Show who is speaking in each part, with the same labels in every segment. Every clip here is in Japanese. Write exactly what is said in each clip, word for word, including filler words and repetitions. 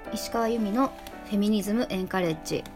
Speaker 1: 石川由美のフェミニズムエンカレッジ、え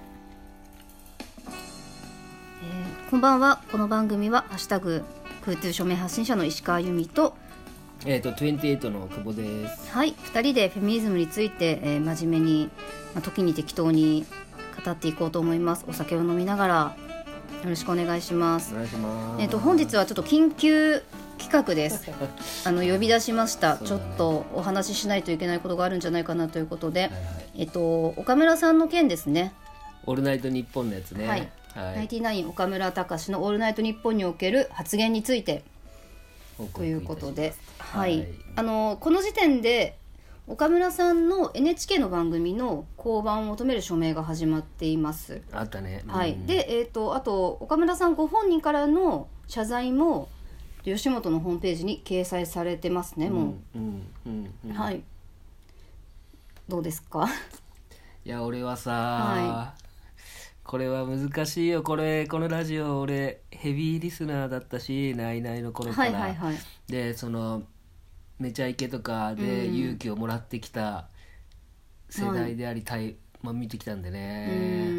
Speaker 1: ー、こんばんは。この番組はハッシュタグクートゥー署名発信者の石川由美と
Speaker 2: えーとにじゅうはちの久保です。
Speaker 1: はい、ふたりでフェミニズムについて、えー、真面目に、まあ、時に適当に語っていこうと思います。お酒を飲みながらよろしくお願いします。
Speaker 2: お願いします。
Speaker 1: えーと本日はちょっと緊急企画ですあの呼び出しました、ね、ちょっとお話ししないといけないことがあるんじゃないかなということで、はいはい、えっと岡村さんの件ですね。
Speaker 2: オールナイトニッポンのやつね。
Speaker 1: はい、はい、ナインティナイン岡村隆史のオールナイトニッポンにおける発言についてということで、はい、はい、あのこの時点で岡村さんの エヌエイチケー の番組の降板を求める署名が始まっています。
Speaker 2: あったね、うん、
Speaker 1: はい、で、えーと、あと岡村さんご本人からの謝罪も吉本のホームページに掲載されてますね、もう、うんうんうん、はい。どうですか？
Speaker 2: いや俺はさ、
Speaker 1: はい、
Speaker 2: これは難しいよ。これこのラジオ俺ヘビーリスナーだったし、ナイナイの頃から、
Speaker 1: はいはいはい、
Speaker 2: でそのめちゃイケとかで勇気をもらってきた世代であり、はい、まあ、見てきたんでね、うん、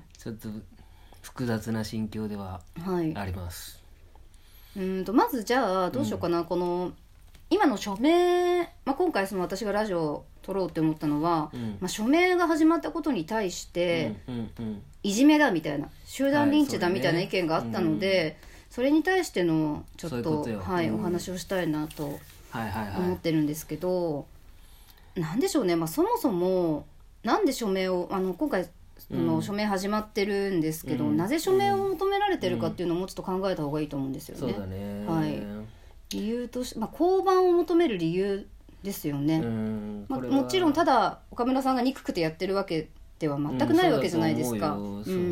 Speaker 2: ちょっと複雑な心境ではあります。
Speaker 1: はい、うんとまずじゃあどうしようかな、うん、この今の署名、まあ、今回その私がラジオを撮ろうって思ったのは、うんまあ、署名が始まったことに対して、うんうんうん、いじめだみたいな集団リンチだみたいな意見があったので、はい そ, ねうん、それに対してのちょっとうう、はいうん、お話をしたいなと思ってるんですけど、はいはいはい、なんでしょうね、まあ、そもそもなんで署名をあの今回その署名始まってるんですけど、うん、なぜ署名を求められてるかっていうのをもうちょっと考えた方がいいと思うんですよね。
Speaker 2: そうだね、
Speaker 1: はい、理由として、まあ、降板を求める理由ですよね。うんまあ、もちろんただ岡村さんが憎くてやってるわけでは全くないわけじゃないですか。うんうん、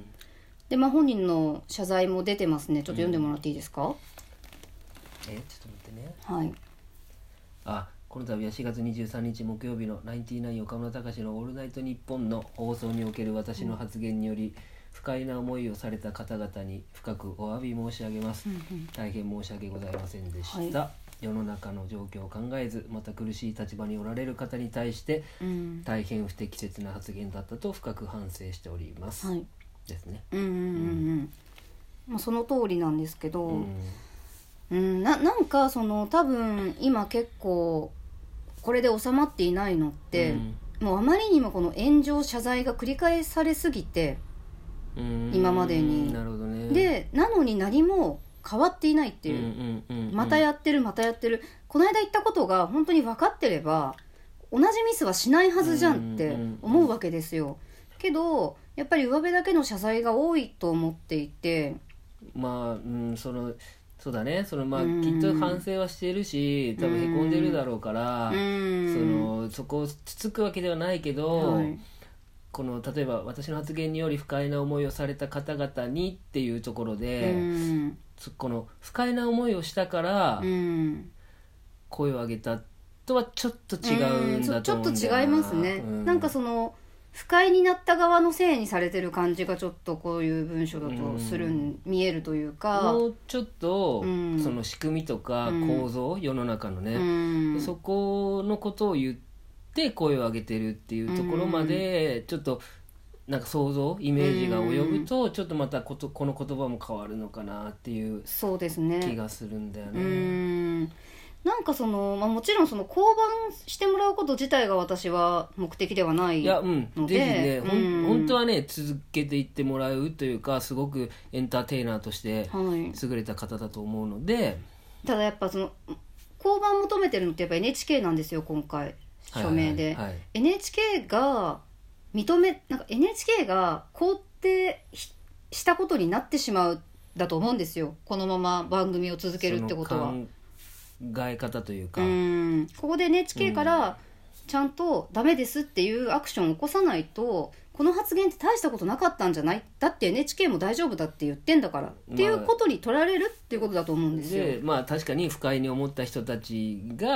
Speaker 1: で、まあ、本人の謝罪も出てますね。ちょっと読んでもらっていいですか？うん、
Speaker 2: えちょっと待ってね。
Speaker 1: はい。
Speaker 2: あこの度はしがつにじゅうさんにち木曜日のナインティナイン岡村隆史のオールナイトニッポンの放送における私の発言により不快な思いをされた方々に深くお詫び申し上げます、うんうん、大変申し訳ございませんでした、はい、世の中の状況を考えずまた苦しい立場におられる方に対して、うん、大変不適切な発言だったと深く反省しております、はい、ですね。
Speaker 1: うんうんうんうんまあ、その通りなんですけど、うんうん、な, なんかその多分今結構これで収まっていないのって、うん、もうあまりにもこの炎上謝罪が繰り返されすぎてうん今までに
Speaker 2: なるほど、ね、
Speaker 1: でなのに何も変わっていないっていう、うんうんうんうん、またやってるまたやってるこの間言ったことが本当に分かってれば同じミスはしないはずじゃんって思うわけですよ、うんうんうん、けどやっぱり上辺だけの謝罪が多いと思っていて
Speaker 2: まあ、うん、そのそうだねそのまあきっと反省はしてるし多分へこんでるだろうからそのそこをつつくわけではないけど、はい、この例えば私の発言により不快な思いをされた方々にっていうところでこの不快な思いをしたから声を上げたとはちょっと違うんだと思うんだよな。
Speaker 1: ちょっと違いますね、うん、なんかその不快になった側のせいにされてる感じがちょっとこういう文章だとする、うん、見えるというか
Speaker 2: もうちょっと、うん、その仕組みとか構造、うん、世の中のね、うん、そこのことを言って声を上げてるっていうところまでちょっとなんか想像イメージが及ぶとちょっとまたこと、この言葉も変わるのかなっていう気がするんだよね。
Speaker 1: そうですね。うんなんかその、まあ、もちろんその降板してもらうこと自体が私は目的ではないので、いや、うん、
Speaker 2: ぜひね、うん、本当はね続けていってもらうというかすごくエンターテイナーとして優れた方だと思うので、はい、
Speaker 1: ただやっぱその降板求めてるのってやっぱ エヌエイチケー なんですよ今回署名で、はいはいはい、エヌエイチケー が認めなんか エヌエイチケー が肯定したことになってしまうだと思うんですよこのまま番組を続けるってことは。
Speaker 2: 考え方というか
Speaker 1: うんここで エヌエイチケー からちゃんとダメですっていうアクションを起こさないとこの発言って大したことなかったんじゃないだって エヌエイチケー も大丈夫だって言ってんだから、まあ、っていうことに取られるっていうことだと思うんですよ。
Speaker 2: で、まあ、確かに不快に思った人たちが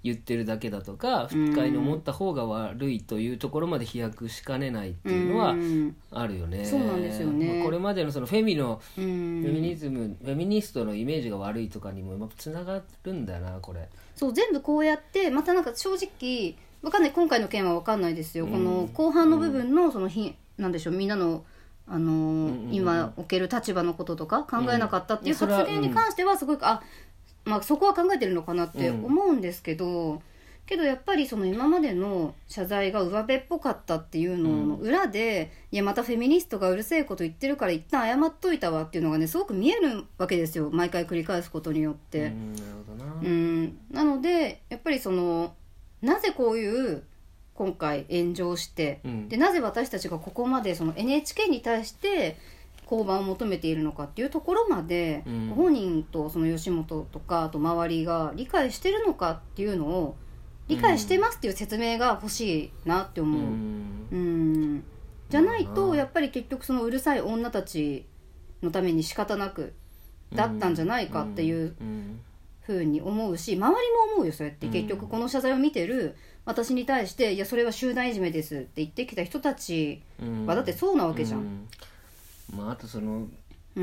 Speaker 2: 言ってるだけだとか不快に思った方が悪いというところまで飛躍しかねないっていうのはあるよね、
Speaker 1: うん、そうなんですよね、
Speaker 2: まあ、これまでのそのフェミのフェミニズム、フェミニストのイメージが悪いとかにもつながるんだよなこれ。
Speaker 1: そう全部こうやってまたなんか正直わかんない、今回の件はわかんないですよ、うん、この後半の部分のそのひ、うん、なんでしょう、みんなのあのーうんうんうん、今置ける立場のこととか考えなかったっていう発言に関してはすごい、うん、あ、まあ、そこは考えてるのかなって思うんですけど、うん、けどやっぱりその今までの謝罪が上辺っぽかったっていうのの裏で、うん、いやまたフェミニストがうるせえこと言ってるから一旦謝っといたわっていうのがねすごく見えるわけですよ、毎回繰り返すことによって、うん、なるほどな、うん、なのでやっぱりそのなぜこういう今回炎上して、うん、でなぜ私たちがここまでその エヌエイチケー に対して降板を求めているのかっていうところまで、うん、ご本人とその吉本とかあと周りが理解してるのかっていうのを理解してますっていう説明が欲しいなって思う、うん、うんじゃないとやっぱり結局そのうるさい女たちのために仕方なくだったんじゃないかっていうふうに思うし、周りも思うよ。そうやって結局この謝罪を見てる私に対していやそれは集団いじめですって言ってきた人たちはだってそうなわけじゃん、うん
Speaker 2: うん、まああとその、
Speaker 1: うん、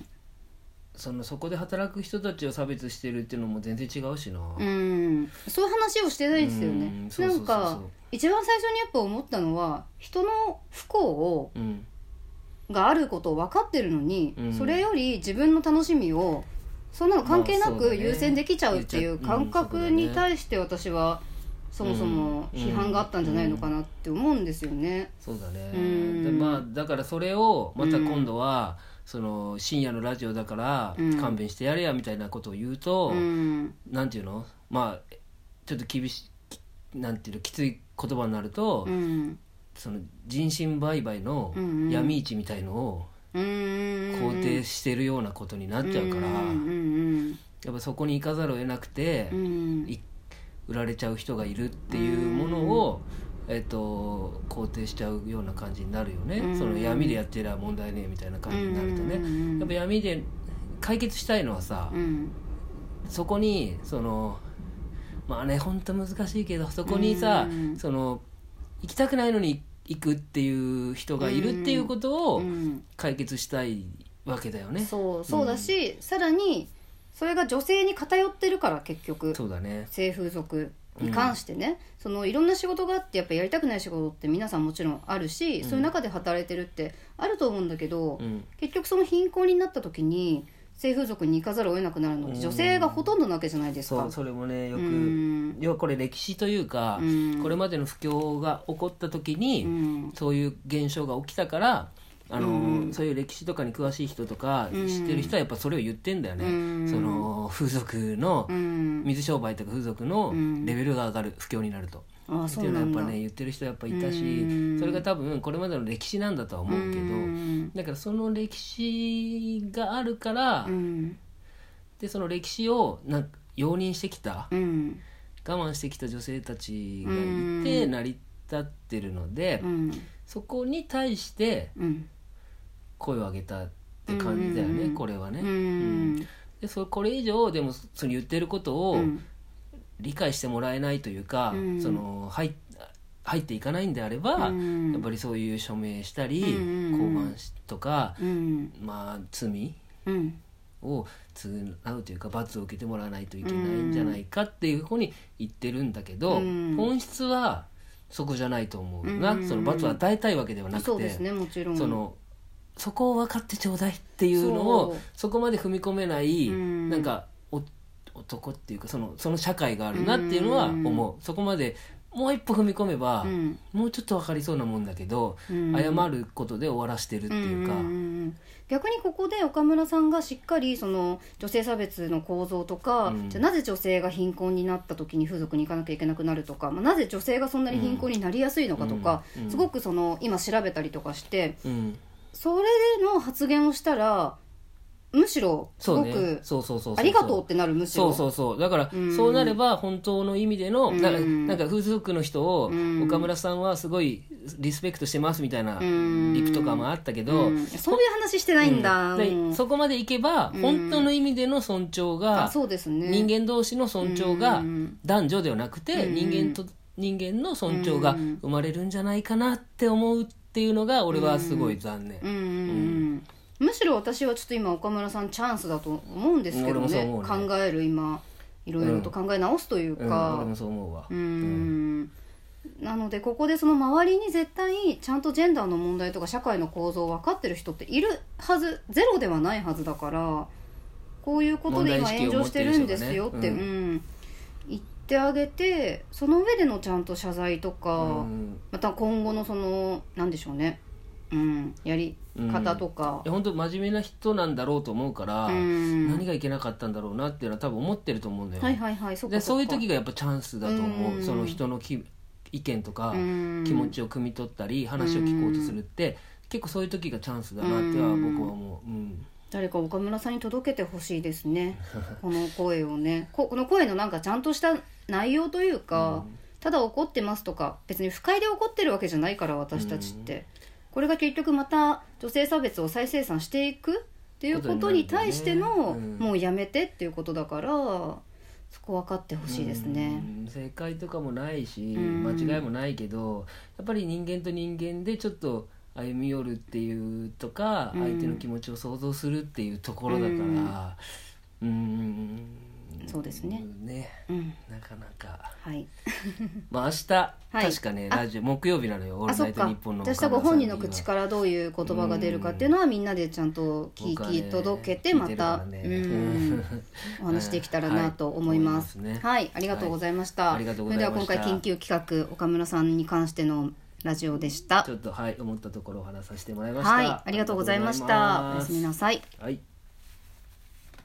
Speaker 2: そのそこで働く人たちを差別してるっていうのも全然違うしな、
Speaker 1: うん、そういう話をしてないですよね、うん、そうそうそうそう、なんか一番最初にやっぱ思ったのは人の不幸を、うん、があることを分かってるのに、うん、それより自分の楽しみをそんなの関係なく優先できちゃうっていう感覚に対して私はそもそも批判があったんじゃないのかなって思うんですよね。
Speaker 2: そうだね、うん、でまあだからそれをまた今度は、うん、その深夜のラジオだから勘弁してやれやみたいなことを言うと、うん、なんていうの、まあちょっと厳しいなんていうのきつい言葉になると、うん、その人身売買の闇市みたいのを肯定してるようなことになっちゃうから、やっぱそこに行かざるを得なくて、売られちゃう人がいるっていうものを、えっと、肯定しちゃうような感じになるよね、うん、その闇でやってりゃ問題ねみたいな感じになるとね、うん、やっぱ闇で解決したいのはさ、うん、そこにそのまあね本当難しいけどそこにさ、うん、その行きたくないのに行くっていう人がいるっていうことを解決したいわけだよね、
Speaker 1: うん、そう、そうだし、うん、さらにそれが女性に偏ってるから結局
Speaker 2: そうだね、
Speaker 1: 性風俗に関してね、うん、そのいろんな仕事があってやっぱやりたくない仕事って皆さんもちろんあるし、うん、そういう中で働いてるってあると思うんだけど、うん、結局その貧困になった時に性風俗に行かざるを得なくなるのって女性がほとんどなわけじゃないですか、
Speaker 2: そうそれもねよく、うん、要はこれ歴史というか、うん、これまでの不況が起こった時に、うん、そういう現象が起きたからあの、うん、そういう歴史とかに詳しい人とか知ってる人はやっぱそれを言ってんだよね、うん、その風俗の、うん、水商売とか風俗のレベルが上がる不況になると、うん、っていうのはやっぱね言ってる人やっぱいたし、うん、それが多分これまでの歴史なんだとは思うけど、うん、だからその歴史があるから、うん、でその歴史をなんか容認してきた、うん、我慢してきた女性たちがいて成り立ってるので、うん、そこに対して、うん声を上げたって感じだよね、うん、これはね、うん、でそこれ以上でもその言ってることを理解してもらえないというか、うん、その 入, 入っていかないんであれば、うん、やっぱりそういう署名したり、うん、降板とか、うん、まあ罪を償うというか罰を受けてもらわないといけないんじゃないかっていうふうに言ってるんだけど、うん、本質はそこじゃないと思うな、うん、その罰を与えたいわけではなくて、
Speaker 1: そうですね、もちろん
Speaker 2: そのそこを分かってちょうだいっていうのを そ, そこまで踏み込めない、うん、なんかお男っていうかその、その社会があるなっていうのは思う、うん、そこまでもう一歩踏み込めば、うん、もうちょっと分かりそうなもんだけど、うん、謝ることで終わらしてるっていうか、うん、
Speaker 1: 逆にここで岡村さんがしっかりその女性差別の構造とか、うん、じゃあなぜ女性が貧困になった時に風俗に行かなきゃいけなくなるとか、まあ、なぜ女性がそんなに貧困になりやすいのかとか、うん、すごくその今調べたりとかして、うんそれでの発言をしたらむしろすご
Speaker 2: そうね
Speaker 1: く
Speaker 2: そうそうそうそう
Speaker 1: ありがとうってなる。むしろ
Speaker 2: そうそうそうだから
Speaker 1: うん
Speaker 2: そうなれば本当の意味での、
Speaker 1: うん
Speaker 2: ななんか風俗の人を
Speaker 1: うん
Speaker 2: 岡村さんはすごいリスペクトしてますみたいな
Speaker 1: うん
Speaker 2: リプとかもあったけど、
Speaker 1: うんそういう話してないんだ、
Speaker 2: うんで
Speaker 1: うん
Speaker 2: そこまでいけば
Speaker 1: うん
Speaker 2: 本当の意味での尊重が、
Speaker 1: あそうですね、
Speaker 2: 人間同士の尊重が
Speaker 1: うん
Speaker 2: 男女ではなくて、
Speaker 1: うん
Speaker 2: 人間と人間の尊重が生まれるんじゃないかなって思うっていうのが俺はすごい残念、
Speaker 1: うんうんうんむしろ私はちょっと今岡村さんチャンスだと思うんですけど
Speaker 2: 俺もそう
Speaker 1: ね
Speaker 2: 思うね
Speaker 1: 考える今いろいろと考え直すという
Speaker 2: うん
Speaker 1: か、
Speaker 2: 俺もそう思うわ、
Speaker 1: うーんなのでここでその周りに絶対ちゃんとジェンダーの問題とか社会の構造を分かってる人っているはず、ゼロではないはずだから、こういうことで今炎上してるんですよって、
Speaker 2: 問題意識を持ってる人がねうん
Speaker 1: うん言ってあげて、その上でのちゃんと謝罪とか、
Speaker 2: うん
Speaker 1: また今後のそのなんでしょうね、うん、やり方とか、
Speaker 2: いや本当真面目な人なんだろうと思うから、
Speaker 1: うん
Speaker 2: 何がいけなかったんだろうなっていうのは多分思ってると思うんだよ、
Speaker 1: はいはいはい、そっか
Speaker 2: で
Speaker 1: そっか
Speaker 2: そういう時がやっぱチャンスだと思う、
Speaker 1: うん
Speaker 2: その人のき意見とか
Speaker 1: うん
Speaker 2: 気持ちを汲み取ったり話を聞こうとするって結構そういう時がチャンスだなっては
Speaker 1: うん
Speaker 2: 僕は思う、うん
Speaker 1: 誰か岡村さんに届けてほしいですねこの声をね、ここの声のなんかちゃんとした内容というか、
Speaker 2: うん
Speaker 1: ただ怒ってますとか別に不快で怒ってるわけじゃないから私たちって、これが結局また女性差別を再生産していくっていうことに対しての、
Speaker 2: ことになるんだよねうん
Speaker 1: もうやめてっていうことだから、そこ分かってほしいですね。
Speaker 2: うん正解とかもないし
Speaker 1: うん
Speaker 2: 間違いもないけどやっぱり人間と人間でちょっと歩み寄るっていうとか、
Speaker 1: うん
Speaker 2: 相手の気持ちを想像するっていうところだからうん
Speaker 1: そうですね
Speaker 2: ね
Speaker 1: うん
Speaker 2: なかなか
Speaker 1: はい
Speaker 2: まあ明日、
Speaker 1: い
Speaker 2: 確かね
Speaker 1: あ
Speaker 2: ラジオ木曜日なのよ「オールナイト
Speaker 1: あそっか
Speaker 2: ニッポン」の
Speaker 1: 私多分本人の口からどういう言葉が出るかっていうのはみんなでちゃんと聞
Speaker 2: 僕はね
Speaker 1: き届けてまた、
Speaker 2: 聞いてるからね
Speaker 1: うんお話できたらなと思います。
Speaker 2: はい思いますね
Speaker 1: はい、ありがとうございました。
Speaker 2: はいありがとうございました
Speaker 1: それでは今回緊急企画岡村さんに関してのラジオでした。
Speaker 2: ちょっとはい思ったところをお話しさせてもらいました。
Speaker 1: はい、ありがとうございました。おやすみなさい。
Speaker 2: はい。